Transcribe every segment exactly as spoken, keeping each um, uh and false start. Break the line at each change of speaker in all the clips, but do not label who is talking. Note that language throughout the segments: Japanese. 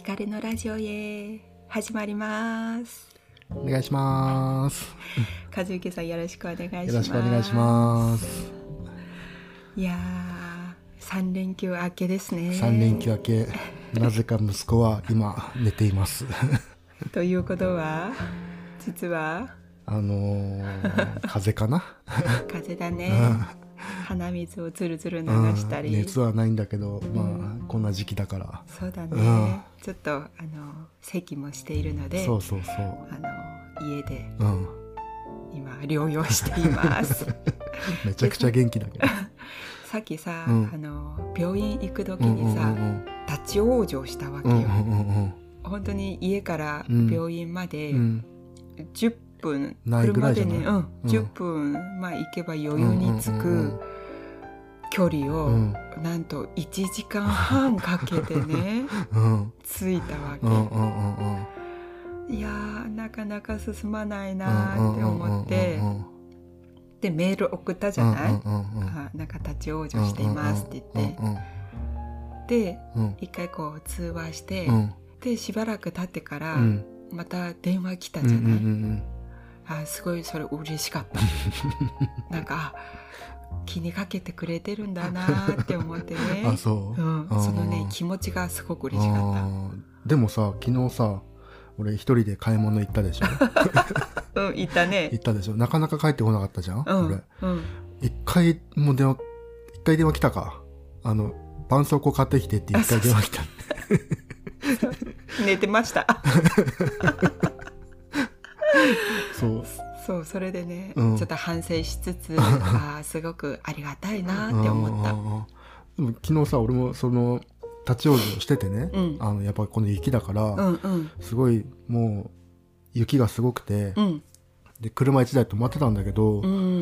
光のラジオへ始まります。
お願いします。
和幸さんよろしくお願いします。
よろしくお願いします。
いやー、三連休明けですね。
三連休明け、なぜか息子は今寝ています
ということは実は
あのー、風邪かな
風邪だね、うん、鼻水をずるずる流したり、
うん、熱はないんだけど、まあ、うん、こんな時期だから
そうだね、うん、ちょっとあの咳もしているので、
そうそうそう、
あの家で、
うん、
今療養しています
めちゃくちゃ元気だけど
さっきさ、うん、あの病院行く時にさ、うんうんうん、立ち往生したわけよ、うんうんうん、本当に家から病院までじゅっぷん、うん、車でね、うん、じゅっぷん、まあ、行けば余裕に着く距離を、うんうん、なんといちじかんはんかけてね、うん、着いたわけ、うんうんうんうん、いやーなかなか進まないなって思って、うんうんうんうん、でメール送ったじゃない、うんうんうんうん、あなんか立ち往生していますって言って、うんうんうん、で、うん、一回こう通話して、うん、でしばらく経ってから、うん、また電話来たじゃない、うんうんうん、あすごいそれ嬉しかったなんか気にかけてくれてるんだなって思ってね
あそう、
うん、そのね気持ちがすごく嬉しかった。
でもさ昨日さ俺一人で買い物行ったでしょ
うん行ったね
行ったでしょ。なかなか帰ってこなかったじゃん、うん、俺、うん、一回も電話一回電話来たか、あの絆創膏買ってきてって一回電話来た
寝てました
そう
そうそれでね、うん、ちょっと反省しつつあすごくありがたいなって思った
でも昨日さ俺もその立ち往生しててね、うん、あのやっぱこの雪だから、うんうん、すごいもう雪がすごくて、うん、で車いちだい止まってたんだけど、うん、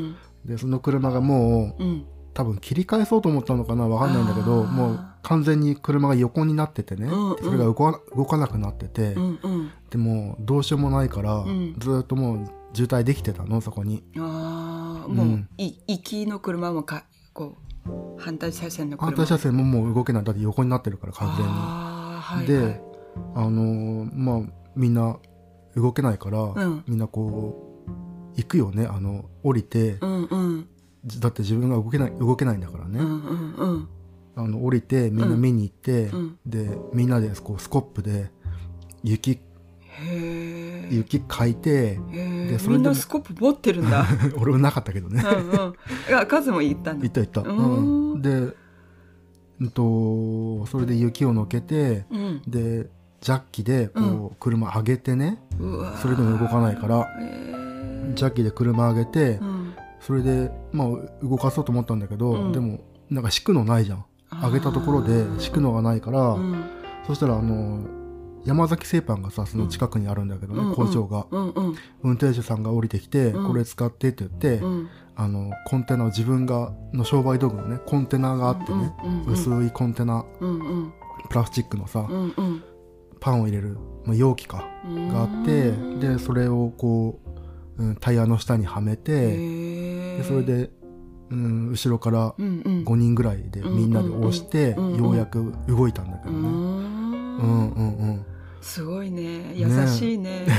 でその車がもう、うん、多分切り返そうと思ったのかなわかんないんだけどもう完全に車が横になっててね、うんうん、それが動か、動かなくなってて、うんうん、でもどうしようもないから、うん、ずっともう渋滞できてたのそこに。
あ、うん、もう行きの車もかこう反対車線の車
反対車線ももう動けない。だって横になってるから完全に。あ、はいはい、であのー、まあみんな動けないから、うん、みんなこう行くよね。あの降りて、うんうん、だって自分が動けない動けないんだからね、うんうんうん、あの降りてみんな見に行って、うん、でみんなでこうスコップで雪へ雪かいて、
でそれでみんなスコップ持ってるんだ
俺はなかったけどね
うん、うん、いやカズも行ったんだ。
行った行った、うん、で、うんと、それで雪をのけて、うん、でジャッキでこう、うん、車上げてね、それでも動かないからジャッキで車上げて、うん、それでまあ動かそうと思ったんだけど、うん、でもなんか敷くのないじゃん。上げたところで敷くのがないから、うん、そしたらあの山崎製パンがさその近くにあるんだけどね、うん、工場が、うんうん、運転手さんが降りてきて、うん、これ使ってって言って、うん、あのコンテナを自分がの商売道具のねコンテナがあってね、うんうんうん、薄いコンテナ、うんうん、プラスチックのさ、うんうん、パンを入れる、まあ、容器かがあって、でそれをこう、うん、タイヤの下にはめて、でそれで、うん、後ろからごにんぐらいでみんなで押して、うんうん、ようやく動いたんだけどね、うんうんうん、
すごいね、優しいね。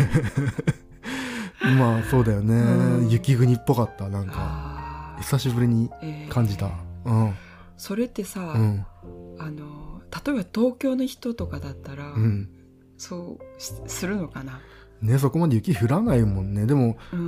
まあそうだよね、うん、雪国っぽかった。なんか久しぶりに感じた、えーうん、
それってさ、うん、あの例えば東京の人とかだったら、うん、そうするのかな
ね。そこまで雪降らないもんね。でも、うん、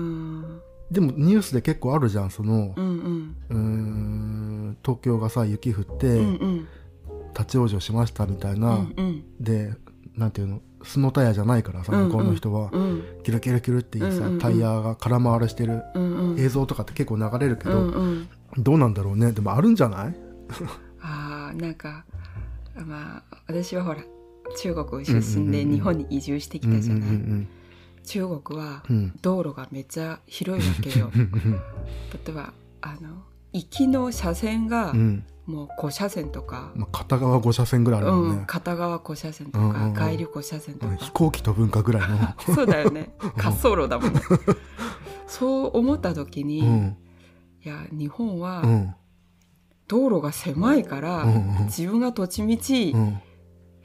でもニュースで結構あるじゃん、その、うんうん、うーん東京がさ雪降って、うんうん、立ち往生しましたみたいな、うんうん、でなんていうのスノタイヤじゃないからさ、向こうの人は、うんうん、キルキルキルっていうさ、うんうん、タイヤが空回りしてる映像とかって結構流れるけど、うんうん、どうなんだろうね。でもあるんじゃない
あなんかまあ私はほら中国出身で日本に移住してきたじゃない、うんうんうんうん、中国は道路がめっちゃ広いわけよ、うん、例えばあの行きの車線が、うんもうご車線とか、
まあ、片側ご車線ぐらいあるもんね、うん、
片側ご車線とか、うんうん、外輪ご車線とか、
飛行機飛ぶんかぐらいの
そうだよね、滑走路だもんねそう思った時に、うん、いや日本は、うん、道路が狭いから、うんうん、自分が土地道、うん、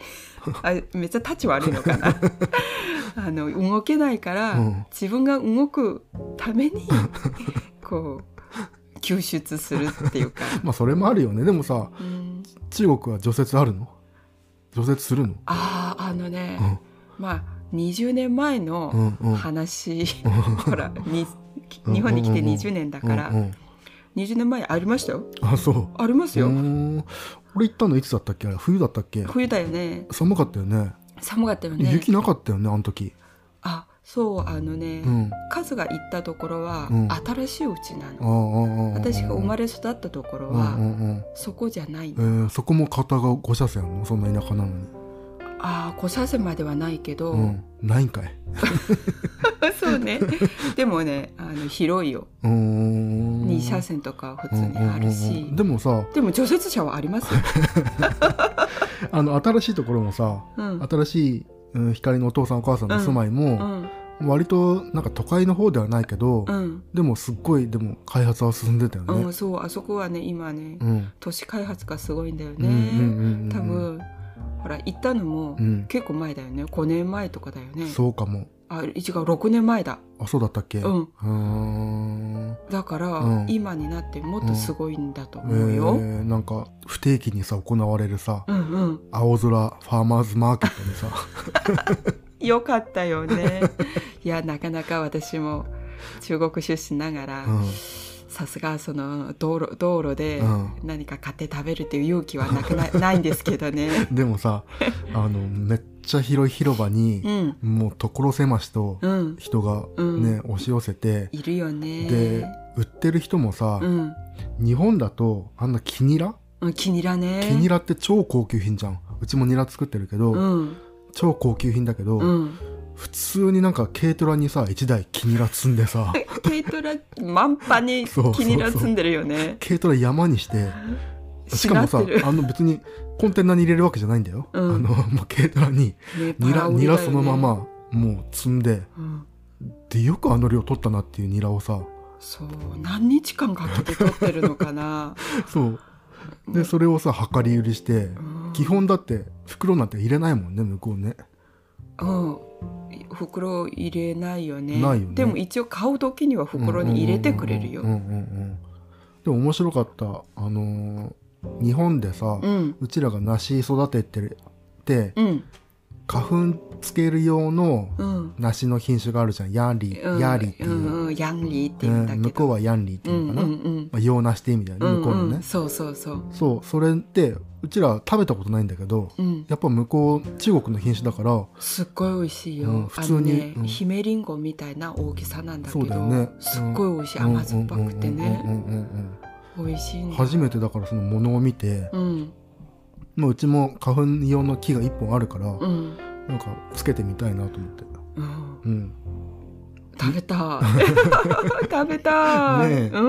あめっちゃ立ち悪いのかなあの動けないから、うん、自分が動くためにこう救出するっていうか
まあそれもあるよね。でもさ、うん、中国は除雪あるの？除雪するの？
あああのね、うん、まあにじゅうねんまえの話、うんうん、ほらに日本に来てにじゅうねんだから、うんうんうん、にじゅうねんまえありましたよ。
あ、そう。
ありますよ。
俺行ったのいつだったっけ？冬だったっけ？
冬だよね。
寒かったよね。
寒かったよね。
雪なかったよね、あの時。
あ、そう、あのね、うん、カズが行ったところは、うん、新しいうちなの。私が生まれ育ったところは、うんうんうん、そこじゃないの、
えー、そこも片側ご車線のそんな田舎なのに。
ああ、ご車線まではないけど、うん、
ないんかい
そうね。でもね、あの広いよ。に車線とか普通にあるし、うんうんうんうん、
でもさ、
でも除雪車はありますよ
あの新しいところもさ、うん、新しい、うん、光のお父さんお母さんの住まいも、うんうん、割となんか都会の方ではないけど、うん、でもすっごいでも開発は進んでたよね、
うん、そう、あそこはね今ね、うん、都市開発がすごいんだよね、うんうんうんうん、多分ほら行ったのも結構前だよね、ごねんまえとかだよね。
そうかも。
あ、違う、ろくねんまえだ。
あ、そうだったっけ。うん。うー
ん、だから、うん、今になってもっとすごいんだと思うよ。
うん、えー、なんか不定期にさ行われるさ、うんうん、青空ファーマーズマーケットにさ
よかったよね。いや、なかなか私も中国出身ながら、うん、さすがその道路、道路で何か買って食べるっていう勇気はなくな、ないんですけどね。
でもさ、あのめっちゃ広い広場に、うん、もう所狭しと人がね、うん、押し寄せて
いるよね。
で売ってる人もさ、うん、日本だとあんな木ニラ、
うん、木ニラね。
木ニラって超高級品じゃん。うちもニラ作ってるけど、うん、超高級品だけど、うん、普通になんか軽トラにさいちだい木ニラ積んでさ
軽トラ満帆に木ニラ積んでるよね。そうそうそう、
軽トラ山にしてしかもさ、あの別にコンテナに入れるわけじゃないんだよ、うん、あのもう軽トラにニラ、ね、ニラそのままもう積んで、うん、でよくあの量取ったなっていうニラをさ、
そう何日間かけて取ってるのかな
そうで、それをさ量り売りして、うん、基本だって袋なんて入れないもんね向こうね。
うん、袋入れないよね。ないよね。でも一応買う時には袋に入れてくれるよ。
でも面白かった、あのー日本でさ、うん、うちらが梨育ててて、うん、花粉つける用の梨の品種があるじゃん、ヤンリー、うん、ヤーリーっていう、うんうん、
ヤンリーっていうんだけど、
向こうはヤンリーっていうのかな、うんうんうん、まあ、洋梨って意味だよね、向こうのね、うんうん、
そうそうそう
そう、それってうちら食べたことないんだけど、うん、やっぱ向こう中国の品種だからす
っごい美味しいよ、うん、
普通に、ね、
うん、姫リンゴみたいな大きさなんだけど、そうだよね、すっごい美味しい、うん、甘酸っぱくてね、美味しいんだ。
初めてだからそのものを見て、うん、まあ、うちも花粉用の木がいっぽんあるから、うん、なんかつけてみたいなと思って、うんうん、
食べた食べたねえ、うん、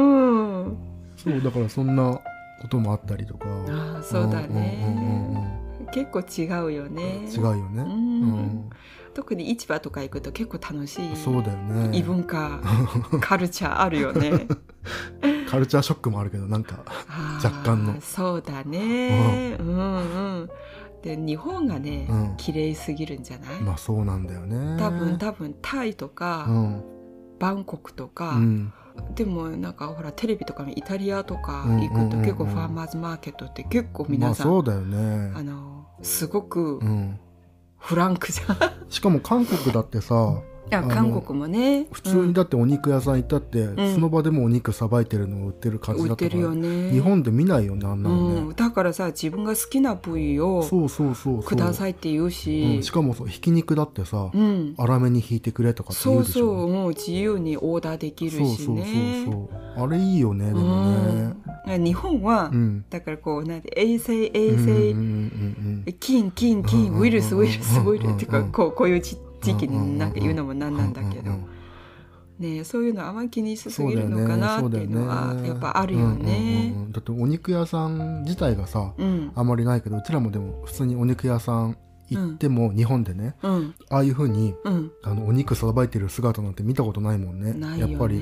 そうだからそんなこともあったりとか。
あ、そうだね、うんうんうんうん、結構違うよね。
違うよね、うんうん、
特に市場とか行くと結構楽しい。
そうだよね、
異文化カルチャーあるよね
カルチャーショックもあるけどなんか若干の。
そうだね、うん、うんうんで日本がね、うん、綺麗すぎるんじゃない。
まあそうなんだよね。
多分多分タイとか、うん、バンコクとか、うん、でもなんかほらテレビとかイタリアとか行くと結構ファーマーズマーケットって結構皆さん、
まあそうだよね、
あのすごくフランクじゃん、
うん、しかも韓国だってさ
いや韓国もね
普通にだってお肉屋さん行ったって、うん、その場でもお肉さばいてるのを売ってる感じだったから、売ってるよね、日本で見ないよねあんなのね、
うん、だからさ自分が好きな部位をくださいって言うし、
うん、しかもひき肉だってさ、うん、粗めにひいてくれとかって言うでしょ。
そうそう、もう自由にオーダーできるしね。そうそうそう
そう、あれいいよね。でも
ね、うん、日本は、うん、だからこうなんて衛生衛生菌菌菌ウイルスウイルスウイルスっていうかこうこういうち地域になんか言うのもなんなんだけど、ね、そういうのあんまり気にしすぎるのかなっていうのはやっぱあるよね。
だってお肉屋さん自体がさ、うん、あんまりないけどうちらもでも普通にお肉屋さん行っても、うん、日本でね、うん、ああいう風に、うん、あのお肉さばいてる姿なんて見たことないもんね。
ないよね、
やっぱり、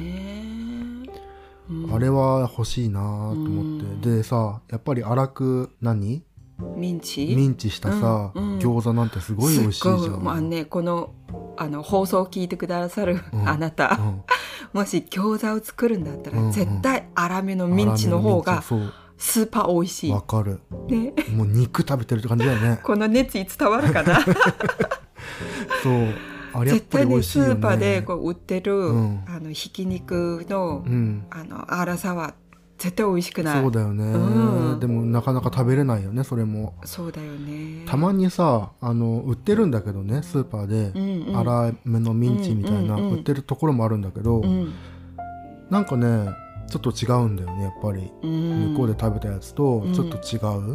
うん、あれは欲しいなと思って、でさやっぱり粗く何
ミンチ
ミンチしたさ、うんうん、餃子なんてすごい美味しいじゃん。すごい、
まあね、この、あの放送を聞いてくださる、うん、あなた、うん、もし餃子を作るんだったら、うんうん、絶対粗めのミンチの方がスーパー美味しい。
わかる、ね、もう肉食べてるって感じだよね。
この熱意伝わるかな。
そうあれやっぱり美味しいよね。
絶対にスーパーでこう売ってる、うん、あのひき肉の、うん、あの粗さは絶対美味しくない。
そうだよね、うん、でもなかなか食べれないよねそれも。
そうだよね。
たまにさあの売ってるんだけどねスーパーで、うんうん、粗めのミンチみたいな、うんうんうん、売ってるところもあるんだけど、うん、なんかねちょっと違うんだよねやっぱり、うん、向こうで食べたやつとちょっと違う、うんうん、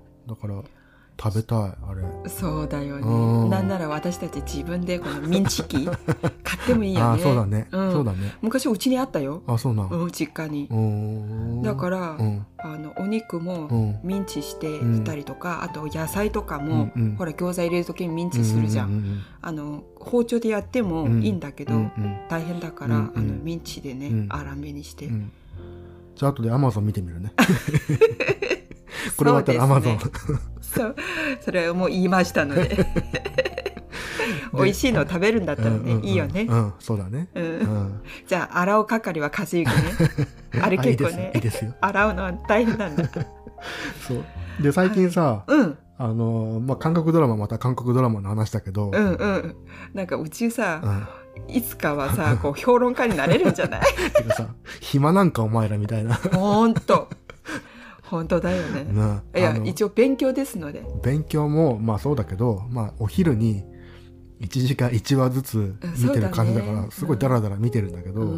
だから食べたいあれ。
そうだよね、うん、なんなら私たち自分でこのミンチ機買ってもいいよね。
あそうだね、うん、そうだね。
昔うちにあったよ。
あそうな
の、うん、実家に。だから、うん、あのお肉もミンチしてたりとか、うん、あと野菜とかも、うんうん、ほら餃子入れる時にミンチするじゃん、うんうんうん、あの包丁でやってもいいんだけど、うんうん、大変だから、うんうん、あのミンチでね、うん、粗めにして、うん、
じゃあ後でアマゾン見てみるね。これ終わったらアマゾン。
そう、それはもう言いましたので。美味しいのを食べるんだったらね、うんうんうん、いいよね、
うん、そうだね、うんうん、
じゃあ洗う係は和幸ね。あれ結構ね
いいですよ、
洗うのは大変なんだ。
そうで最近さ、はい、うんあのまあ、韓国ドラマまた韓国ドラマの話だけど、
うんうん、なんかうちさ、うん、いつかはさこう評論家になれるんじゃない？
てかさ暇なんかお前らみたいな。
ほんと本当だよね。ねいや一応勉強ですので。
勉強もまあそうだけど、まあ、お昼にいちじかんいちわずつ見てる感じだから、ね、すごいダラダラ見てるんだけど、うん、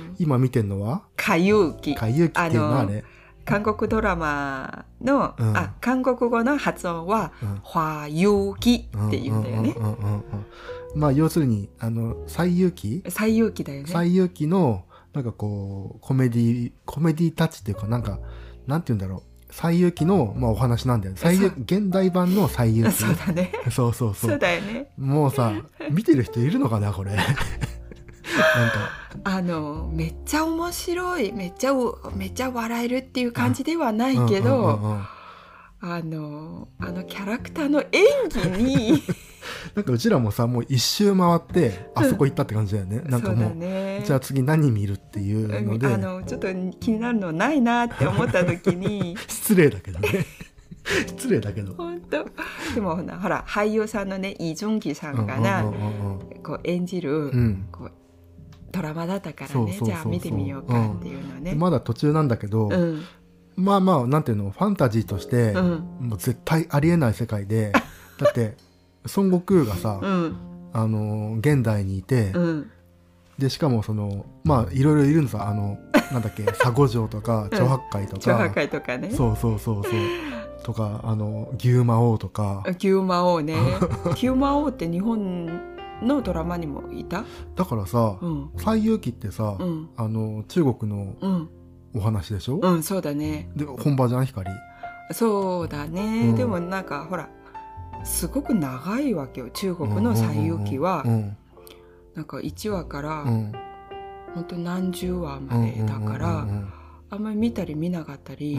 今見てるのは
かゆうき。
かゆうきっていうのはあれ
韓国ドラマの、うん、あ韓国語の発音は、うん、花遊記っていうんだよね。
まあ要するにあの西遊記
西遊記だよね。
西遊記のなんかこうコメディコメディタッチっていうかなんかなんていうんだろう西遊記の、まあ、お話なんだよね。西遊現代版の西遊記。
そうだね。
そうそうそう。
そうだよね。
もうさ見てる人いるのかなこれ。なんか
あのめっちゃ面白いめっちゃめっちゃ笑えるっていう感じではないけど、あのあのキャラクターの演技に
なんかうちらもさもう一周回ってあそこ行ったって感じだよね。なんかもう、ね、じゃあ次何見るっていうので、
あのちょっと気になるのないなって思った時に
失礼だけどね。失礼だけど
本当でもほら俳優さんのねイ・ジョンギさんがな、うんうんうん、こう演じる、うん、こうドラマだったからね。そうそうそうそう、じゃあ見てみようかっていうのね、
うん、まだ途中なんだけど、うん、まあまあなんていうのファンタジーとして、うん、もう絶対ありえない世界でだって孫悟空がさ、うん、あの現代にいて、うん、でしかもそのまあいろいろいるのさあのなんだっけ沙悟浄とか長八海とか、
長八海とかね
そうそうそうそうとかあの牛魔王とか
牛魔王ね。牛魔王って日本のドラマにもいた？
だからさ、うん、西遊記ってさ、うん、あの中国のお話でしょ？
うん、うん、そうだね。
で本場じゃん光。
そうだね、うん、でもなんかほらすごく長いわけよ中国の西遊記は、うんうんうん、なんかいちわから、うん、ほんと何十話までだから、うんうんうんうん、あんまり見たり見なかったり、うん、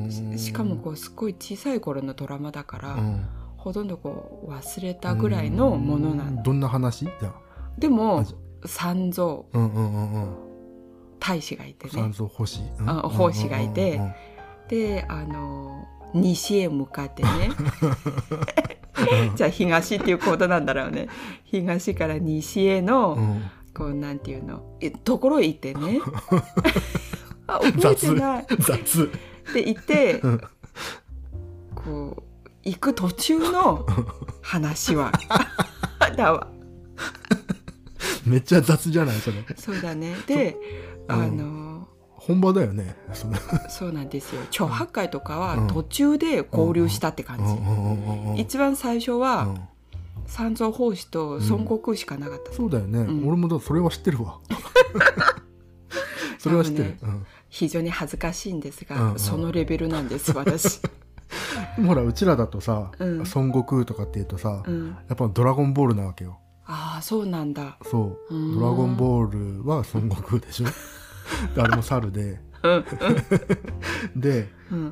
し, しかもこうすごい小さい頃のドラマだから、うん、ほとんどこう忘れたぐらいのものなんだ。
どんな話？じゃあ
でも三蔵、
うんうんうんうん、
大使がいてね
三蔵法師、
うん、法師がいて、うんうんうんうん、であの西へ向かってねじゃあ東っていうことなんだろうね。東から西への、うん、こうなんていうのところへ行ってねあ覚えてない
雑
で行って、うん、こう行く途中の話はだわ。
めっちゃ雑じゃないそれ。
そうだね。で、あの、うん、
本場だよね。
そうなんですよ。長八海とかは途中で交流したって感じ。うん、一番最初は、うん、三蔵法師と孫悟空しかなかった、
うん、そうだよね、うん、俺もだそれは知ってるわそれは知ってる、ねうん、
非常に恥ずかしいんですが、うんうん、そのレベルなんです私。
ほらうちらだとさ、うん、孫悟空とかっていうとさ、うん、やっぱドラゴンボールなわけよ。
ああそうなんだ。
そうドラゴンボールは孫悟空でしょ。あれも猿でで、うん、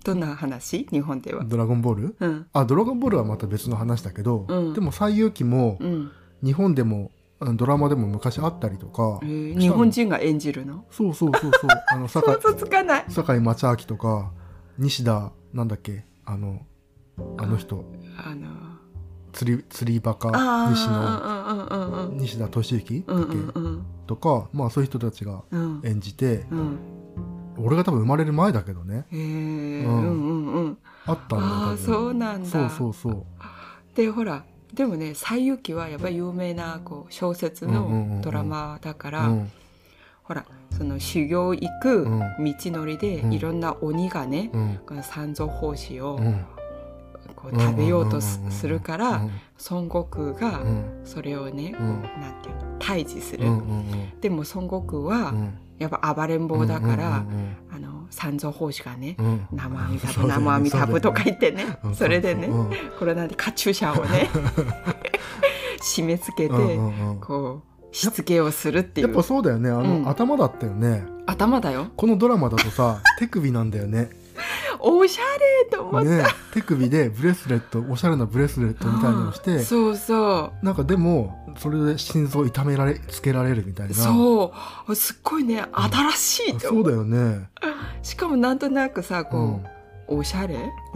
どんな話？日本では
ドラゴンボール、うん、あドラゴンボールはまた別の話だけど、うん、でも西遊記も、うん、日本でもドラマでも昔あったりとか、
えー、日本人が演じるの？
そうそうそうそうあの想像つかない。堺正明とか西田なんだっけあのあの人あの釣り釣りバカ西の西田敏行だっけ、うんうん、とかまあそういう人たちが演じて、うんうん俺が多分生まれる前だけどね。へー、うん、うんうんうんあったんだよ。
ああそうなんだ。
そうそうそう。
でほらでもね西遊記はやっぱり有名なこう小説のドラマだから、うんうんうん、ほらその修行行く道のりで、うん、いろんな鬼がね、うん、この三蔵法師を、うんこう食べようと す,、うん、するから、うん、孫悟空がそれをね、うん、こうなんていうの退治する、うんうんうん、でも孫悟空は、うんやっぱ暴れん坊だから、うんうんうん、あの三蔵法師がね、うん、生阿弥陀仏生阿弥陀仏とか言ってね、そ, ねそれでね、うん、これなんでカチューシャをね締め付けて、うんうん、こうしつけをするっていう。
やっぱそうだよねあの、うん、頭だったよね。
頭だよ。
このドラマだとさ手首なんだよね。
おしゃれと思った、ね、
手首でブレスレットおしゃれなブレスレットみたいなのをして、
そうそう
なんかでもそれで心臓痛められつけられるみたいな。
そうすっごいね新しいと思う、
うん、そうだよね。
しかもなんとなくさこう、うん、おしゃれ、うん、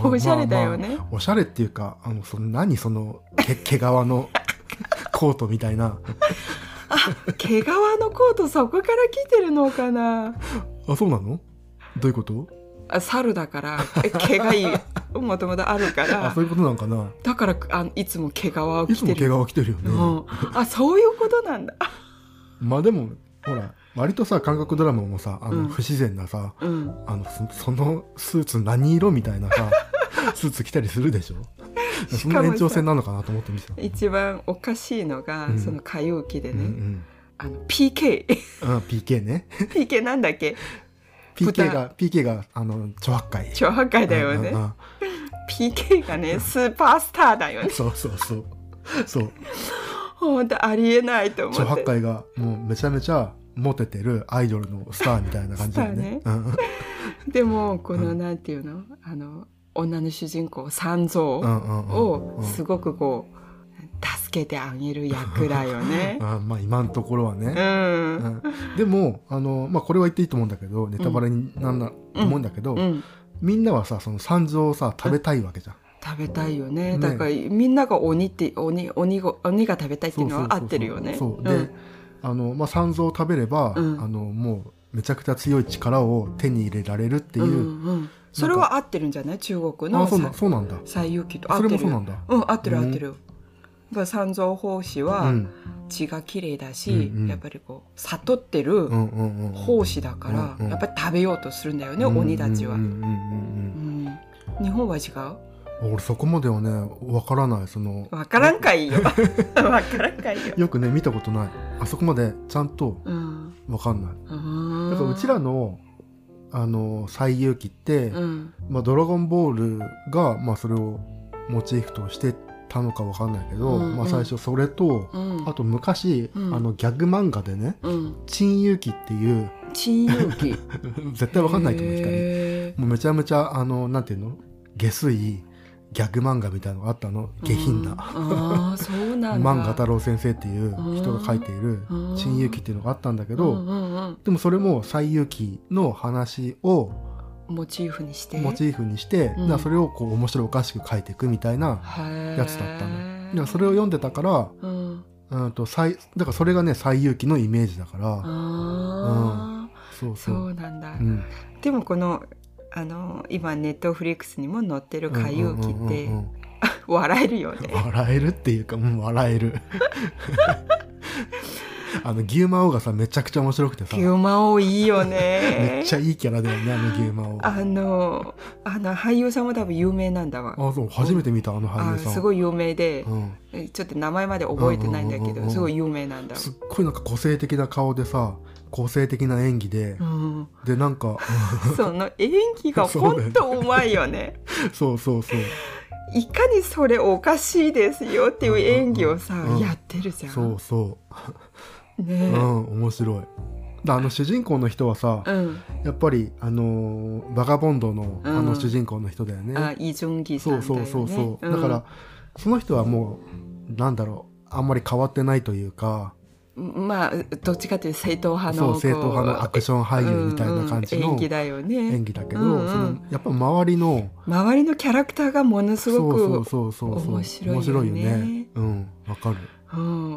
おしゃれだよね、まあまあ、
おしゃれっていうかあのその何そのけ毛皮のコートみたいな
あ毛皮のコートそこから来てるのかな。
あそうなの？どういうこと？
猿だから毛がいいもともとあるから
あそういうことなんかな。
だからあいつも毛皮を着てる。
いつも毛皮着てるよね、うん、
あそういうことなんだ。
まあでもほら割とさ韓国ドラマもさあの、うん、不自然なさ、うん、あの そ, そのスーツ何色みたいなさスーツ着たりするでしょ。そんな延長線なのかなと思ってみてた。
一番おかしいのが、うん、その歌謡記でね、うんうん、あの ピーケー
あ ピーケー ね
ピーケー なんだっけ
ピーケー が ピーケー があの超八戒
超八戒だよね、うんうんうん、ピーケー がねスーパースターだよね。
そうそうそうそう
本当ありえないと思って。
超八戒がもうめちゃめちゃモテてるアイドルのスターみたいな感じだよね。
でもこの、うん、なんていうのあの女の主人公三蔵をすごくこう助けてあげる役だよね。
あまあ今のところはね、うんうん、でもあの、まあ、これは言っていいと思うんだけどネタバレになんなと思うんだけど、うんうん、みんなはさその三蔵をさ食べたいわけじゃん。
食べたいよね。だからみんなが鬼って 鬼, 鬼, が鬼が食べたいっていうのは合ってるよね。
そうで、あのまあ、三蔵を食べれば、うん、あのもうめちゃくちゃ強い力を手に入れられるっていう、うんうん、
それは合ってるんじゃない？中国の。
あそうな、そうなんだ。
西遊記と合ってる。
それもそうなんだ。
うん合ってる合ってる。うん三蔵法師は血がきれいだし、うんうん、やっぱりこう悟ってる法師だから、うんうん、やっぱり食べようとするんだよね、うんうん、鬼たちは。日本は違う？
俺そこまではね分からない。その
分からんかいよ分からんかいよ
よくね見たことない。あそこまでちゃんと分かんない、うん、だからうちらのあの西遊記って、うんまあ、ドラゴンボールが、まあ、それをモチーフとしてたのか分かんないけど、うんうんまあ、最初それと、うん、あと昔、うん、あのギャグ漫画でね、うん、珍遊記っていう
珍遊記
絶対分かんないと思う。光もうめちゃめちゃあのなんていうの下水ギャグ漫画みたいなのがあったの。下品な、うん、あそうなんだ漫画太郎先生っていう人が書いている珍遊記っていうのがあったんだけど、うんうんうん、でもそれも西遊記の話を
モチーフにして
モチーフにして、うん、それをこう面白おかしく書いていくみたいなやつだったの。だからそれを読んでたから、うん、うんとだからそれがね西遊記のイメージだから。あ、
うん、そうそうそうなんだ、うん、でもこのあの今ネットフリックスにも載ってる歌謡記って、うんうんうんうん、笑えるよね。
笑えるっていうかもう笑えるあの牛魔王がさめちゃくちゃ面白くてさ。
牛魔王いいよね
めっちゃいいキャラだよねあの牛魔王。
あのあの俳優さんも多分有名なんだわ。
あそう初めて見たあの俳優さん。
すごい有名で、うん、ちょっと名前まで覚えてないんだけど、うんうんうんうん、すごい有名なんだわ。
すっごいなんか個性的な顔でさ個性的な演技で、うん、でなんか
その演技が本当うまいよね
そうそうそう
いかにそれおかしいですよっていう演技をさ、うんうんうん、やってるじゃん。
そうそうね、うん面白い。 あの主人公の人はさ、うん、やっぱりあのー、バガボンドのあの主人公の人だよね、うん、
あイ・ジョンギさんだよね。
そうそうそうそう、うん、だからその人はもうなんだろうあんまり変わってないというか、
まあどっちかというと正統派の
そう正統派のアクション俳優みたいな感じの、
うんうん、演技だよね。
演技だけど、うんうん、そのやっぱ周りの
周りのキャラクターがものすごく面白いよね。面白いよね。
うんわかる。
うん、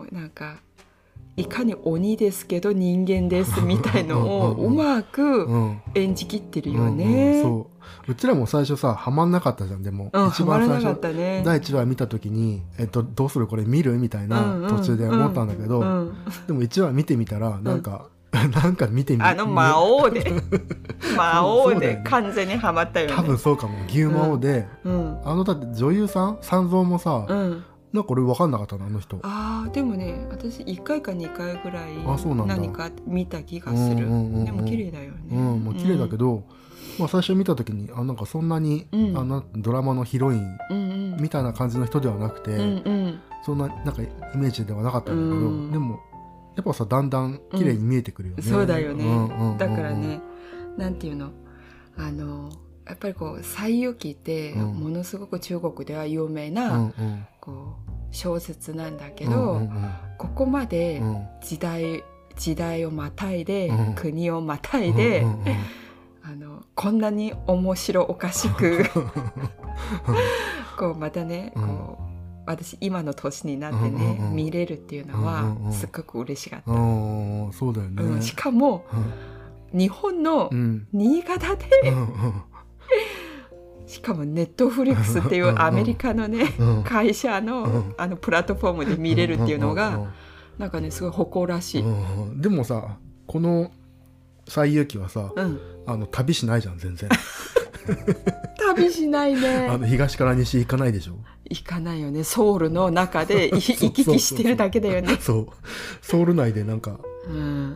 なんかいかに鬼ですけど人間ですみたいのをうまく演じきってるよね、うんうん、
そううちらも最初さハマんなかったじゃん。でも、
うん、
一番最初、ね、だいいちわ見た時に、えっと、どうするこれ見るみたいな途中で思ったんだけど、うんうん、でもいちわ見てみたらなんか、うん、なんか見てみ
あの魔王で魔王で完全にハマったよね。
多分そうかも。牛魔王で、うんうん、あのだって女優さん三蔵もさ、うんなんか俺分かんなかったなあの人。
ああでもね私いっかいかにかいぐらい何か見た気がする。うんうんうんうん、でも綺麗だよね。
うんもう綺麗だけど、うんまあ、最初見た時にあなんかそんなに、うん、あのドラマのヒロインみたいな感じの人ではなくて、うんうん、そんななんかイメージではなかったんだけど、うん、でもやっぱさだんだん綺麗に見えてくるよね。
うん、そうだよね、うんうんうんうん、だからねなんていうのあのやっぱりこう西遊記ってものすごく中国では有名な、うんうん、こう小説なんだけど、うんうんうん、ここまで時代、時代をまたいで、うん、国をまたいで、うんうんうん、あのこんなに面白おかしくこうまたね、うん、こう私今の年になってね、うんうんうん、見れるっていうのはすっごく嬉しかった、
うんうん、そうだよね、
うん、しかも、うん、日本の新潟で、うんうんしかもネットフリックスっていうアメリカのね、うんうん、会社 の,、うん、あのプラットフォームで見れるっていうのが、うんうんうん、なんかねすごい誇らしい、
うんうん、でもさこの西遊記はさ、うん、あの旅しないじゃん全然
旅しないね。
あの東から西行かないでしょ。
行かないよね。ソウルの中で行き来してるだけだよね。
そうソウル内でなんか、うん、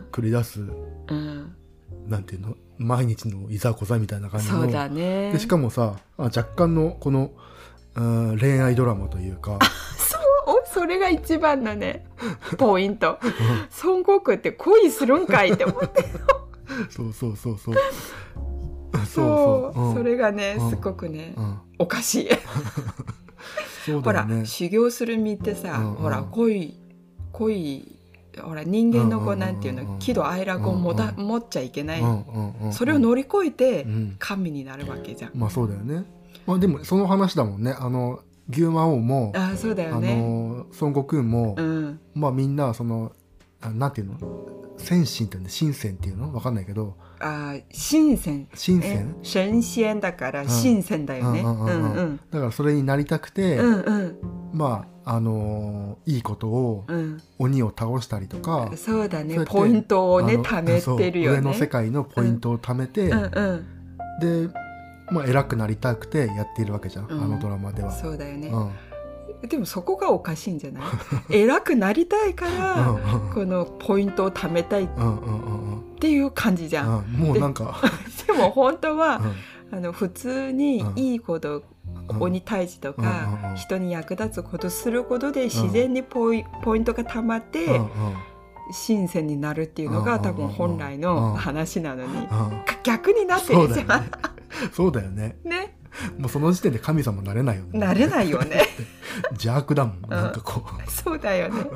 繰り出す、うん、なんていうの毎日のいざこざみたいな感じの。
そうだね。
でしかもさ若干のこの、うん、恋愛ドラマというか
そうそれが一番のねポイント孫悟空って恋するんかいって思って
そうそうそうそう
そうそう、うん、それがねすごくね、うん、おかしいそうだよね、ほら修行する身ってさ、うんうん、ほら恋恋ほら人間のこうなんていうの喜怒哀楽を持た、うんうん、持っちゃいけない、うんうんうん、それを乗り越えて神になるわけじゃん、
うん、まあそうだよね、まあ、でもその話だもんね。あの牛魔王も
あそうだよね、
あの孫悟空も、うん、まあみんなそのあなんていうの仙神っていうの神仙っていうのわかんないけど
あ神仙
神仙
神仙だから神仙だよね。
だからそれになりたくて、うんうん、まああのー、いいことを、うん、鬼を倒したりとか
そうだねポイントをね貯めてるよね。
上の世界のポイントを貯めて、うんうんうん、で、まあ、偉くなりたくてやっているわけじゃん、うん、あのドラマでは。
そうだよね、うんでもそこがおかしいんじゃない偉くなりたいからこのポイントを貯めたいっていう感じじゃん、うん、
もうなんか
で, でも本当は、うん、あの普通にいいこと、うん、鬼退治とか、うん、人に役立つことすることで自然にポイ、ポイントが貯まって、うん、神仙になるっていうのが多分本来の話なのに、うん、逆になってるじゃん。
そうだよね。
ね
もうその時点で神様になれないよね。
なれないよね。
邪悪だもん、うん、なんかこ
う。そうだよね。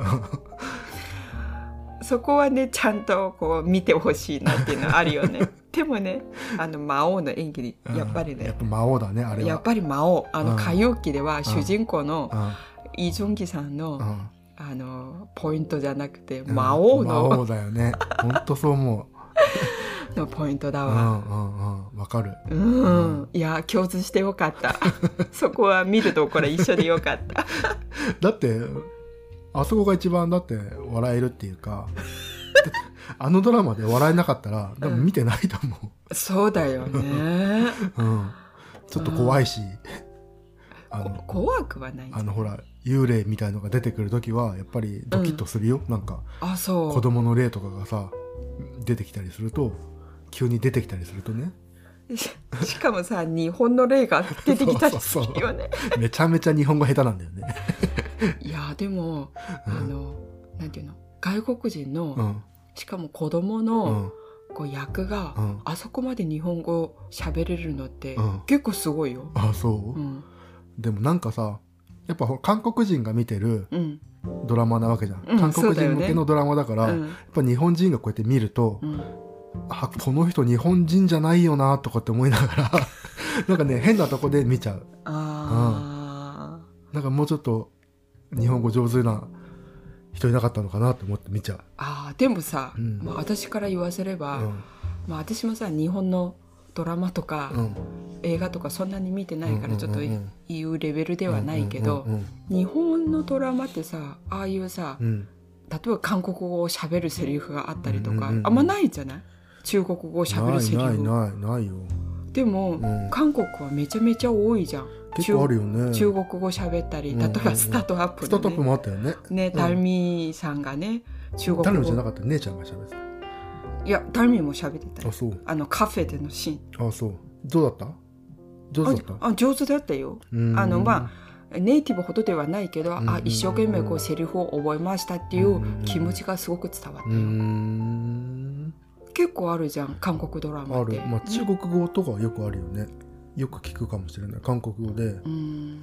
そこはねちゃんとこう見てほしいなっていうのはあるよね。でもねあの魔王の演技やっぱりね、うん、
やっぱ魔王だねあれは。
やっぱり魔王あの歌謡記では主人公のイ・ジョンギさんの、うん、あのポイントじゃなくて魔王の、
うん、魔王だよね。本当そう思う。
のポイントだわ。
うんうんうん、わかる。
うん、うん、いや共通してよかった。そこは見るところ一緒でよかった。
だってあそこが一番だって笑えるっていうか、あのドラマで笑えなかったら多分見てないと思う。
うん、そうだよね。
うん、ちょっと怖いし、うん、
あの怖くはない。
あのほら幽霊みたいのが出てくるときはやっぱりドキッとするよ。うん、なんか
あそう
子供の霊とかがさ出てきたりすると。急に出てきたりするとね。
しかもさ日本の例が出てきたりするよね。
そうそうそうめちゃめちゃ日本語下手なんだよね。
いやでも、うん、あのなんていうの外国人のしかも子供のこう役が、うん、あそこまで日本語喋れるのって、うん、結構すごいよ。
あ、そう、うん、でもなんかさ、やっぱ韓国人が見てるドラマなわけじゃん、うん、韓国人向けのドラマだから、うん、やっぱ日本人がこうやって見ると、うん、あ、この人日本人じゃないよなとかって思いながらなんかね、変なとこで見ちゃう。あ、うん、なんかもうちょっと日本語上手な人いなかったのかなと思って見ちゃう。
あ、でもさ、うん、まあ、私から言わせれば、うん、まあ、私もさ、日本のドラマとか、うん、映画とかそんなに見てないからちょっと言うレベルではないけど、日本のドラマってさ、ああいうさ、うん、例えば韓国語を喋るセリフがあったりとか、うんうんうん、あんまないじゃない？中国語を喋るセリフ。
ないないないないよ。
でも、うん、韓国はめちゃめちゃ多いじゃん。
結構あるよね。
中国語喋ったり、例えばスタートアップ、ね、
スタートアップもあったよね。
ね、タルミさんがね、中国語。
タルミじゃなかった、姉ちゃんが喋ってた。
いや、タルミも喋ってた。
あ、そう。
あのカフェでのシーン。
あ、そう。どうだった？上手だった？
あ、上手だったよ。あの、まあ、ネイティブほどではないけど、あ、一生懸命こうセリフを覚えましたっていう気持ちがすごく伝わったよ。結構あるじゃん、韓国ドラマって。
ある。まあ、中国語とかはよくあるよね。よく聞くかもしれない、韓国語で。
うん、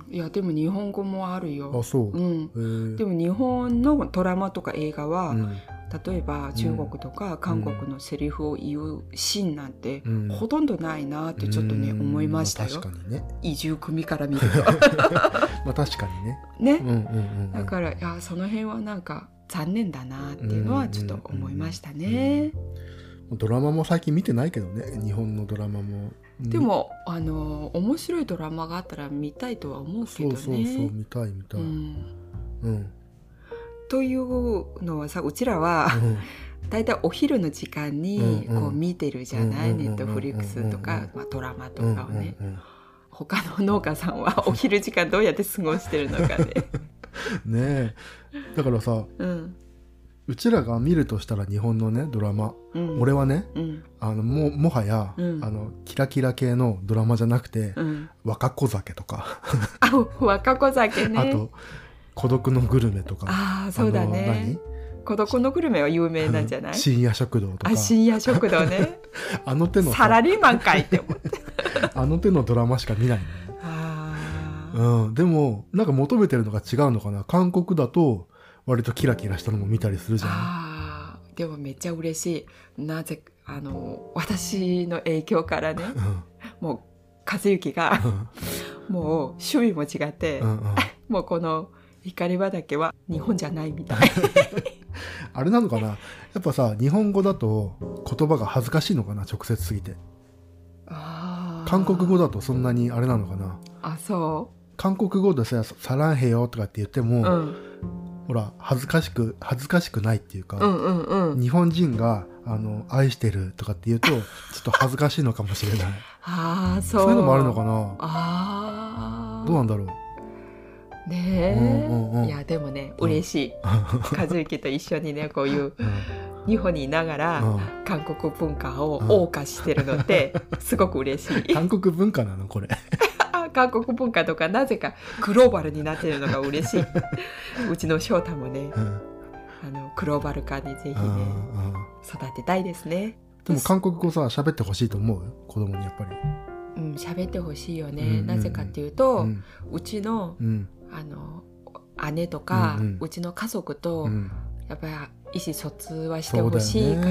いやでも日本語もあるよ。
あ、そう、
うん、でも日本のドラマとか映画は、うん、例えば中国とか韓国のセリフを言うシーンなんて、うん、ほとんどないなってちょっとね、うん、思いましたよ。
確かにね、
移住組から見ると
まあ確かにね。
ね、うんうんうんうん、だからいやその辺はなんか残念だなっていうのはちょっと思いましたね。うんうん
うん、ドラマも最近見てないけどね、日本のドラマも。
でもあの面白いドラマがあったら見たいとは思うけどね。
そうそうそう、見たい見たい、うんうん、
というのはさ、うちらは、うん、だいたいお昼の時間にこう見てるじゃない、ネットフリックスとか、まあ、ドラマとかをね、うんうんうん、他の農家さんはお昼時間どうやって過ごしてるのかね
ねえ、だからさ、うんうちらが見るとしたら日本のねドラマ、うん、俺はね、うん、あの も, もはや、うん、あのキラキラ系のドラマじゃなくて、うん、若子酒とか
あ、若子酒ね。
あと孤独のグルメとか。
ああ、そうだね。孤独のグルメは有名なんじゃない？
深夜食堂とか。
あ、深夜食堂ね
あの手の
サラリーマンかいって思って
あの手のドラマしか見ないのね。あ、うん、でもなんか求めてるのが違うのかな。韓国だと割とキラキラしたのも見たりするじゃん。
あ、でもめっちゃ嬉しい。なぜあの私の影響からね、うん、もう和幸がもう趣味も違って、うんうん、もうこの光畑は日本じゃないみたい
あれなのかな、やっぱさ日本語だと言葉が恥ずかしいのかな、直接すぎて。あ、韓国語だとそんなにあれなのかな。
あ、そう。韓
国語でさサランヘヨとかって言っても、うん、ほら恥ずかしく恥ずかしくないっていうか、うんうんうん、日本人があの愛してるとかって言うとちょっと恥ずかしいのかもしれない
あ、そう、
そういうのもあるのかな。
あ、
どうなんだろう
ねえ、うんうんうん、いやでもね嬉しい、うん、和幸と一緒にねこういう、うん、日本にいながら、うん、韓国文化を謳歌してるのってすごく嬉しい。
韓国文化なのこれ
韓国文化とかなぜかグローバルになっているのが嬉しい。うちの翔太もね、うん、あのグローバル化にぜひね、うん、育てたいですね。
でも韓国語さ喋ってほしいと思う？子供にやっぱり。
うん、喋ってほしいよね、うんうんうん、なぜかっていうと、うん、うちの、うん、あの姉とか、うんうん、うちの家族と、うん、やっぱり意思疎通はしてほしいから、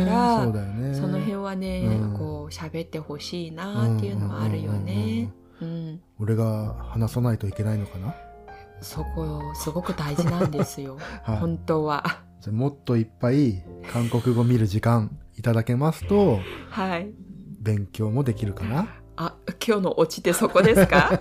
そ, ね そ, その辺はね、うん、こう喋ってほしいなっていうのはあるよね。うん、
俺が話さないといけないのかな。
そこすごく大事なんですよ、はい、本当は。
じゃあもっといっぱい韓国語見る時間いただけますと、はい、勉強もできるかな。
あ、今日のオチってそこですか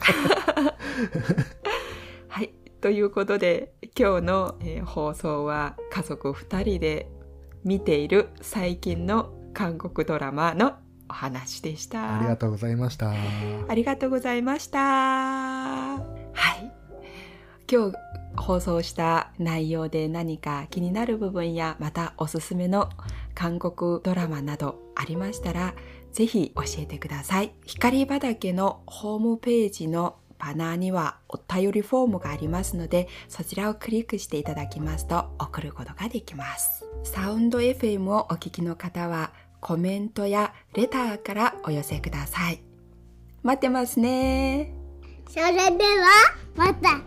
はい、ということで今日の、えー、放送は家族ふたりで見ている最近の韓国ドラマのお話でした。
ありがとうございました。
ありがとうございました。はい、今日放送した内容で何か気になる部分やまたおすすめの韓国ドラマなどありましたらぜひ教えてください。光畑のホームページのバナーにはお便りフォームがありますので、そちらをクリックしていただきますと送ることができます。サウンド エフエム をお聞きの方はコメントやレターからお寄せください。待ってますね。
それではまた。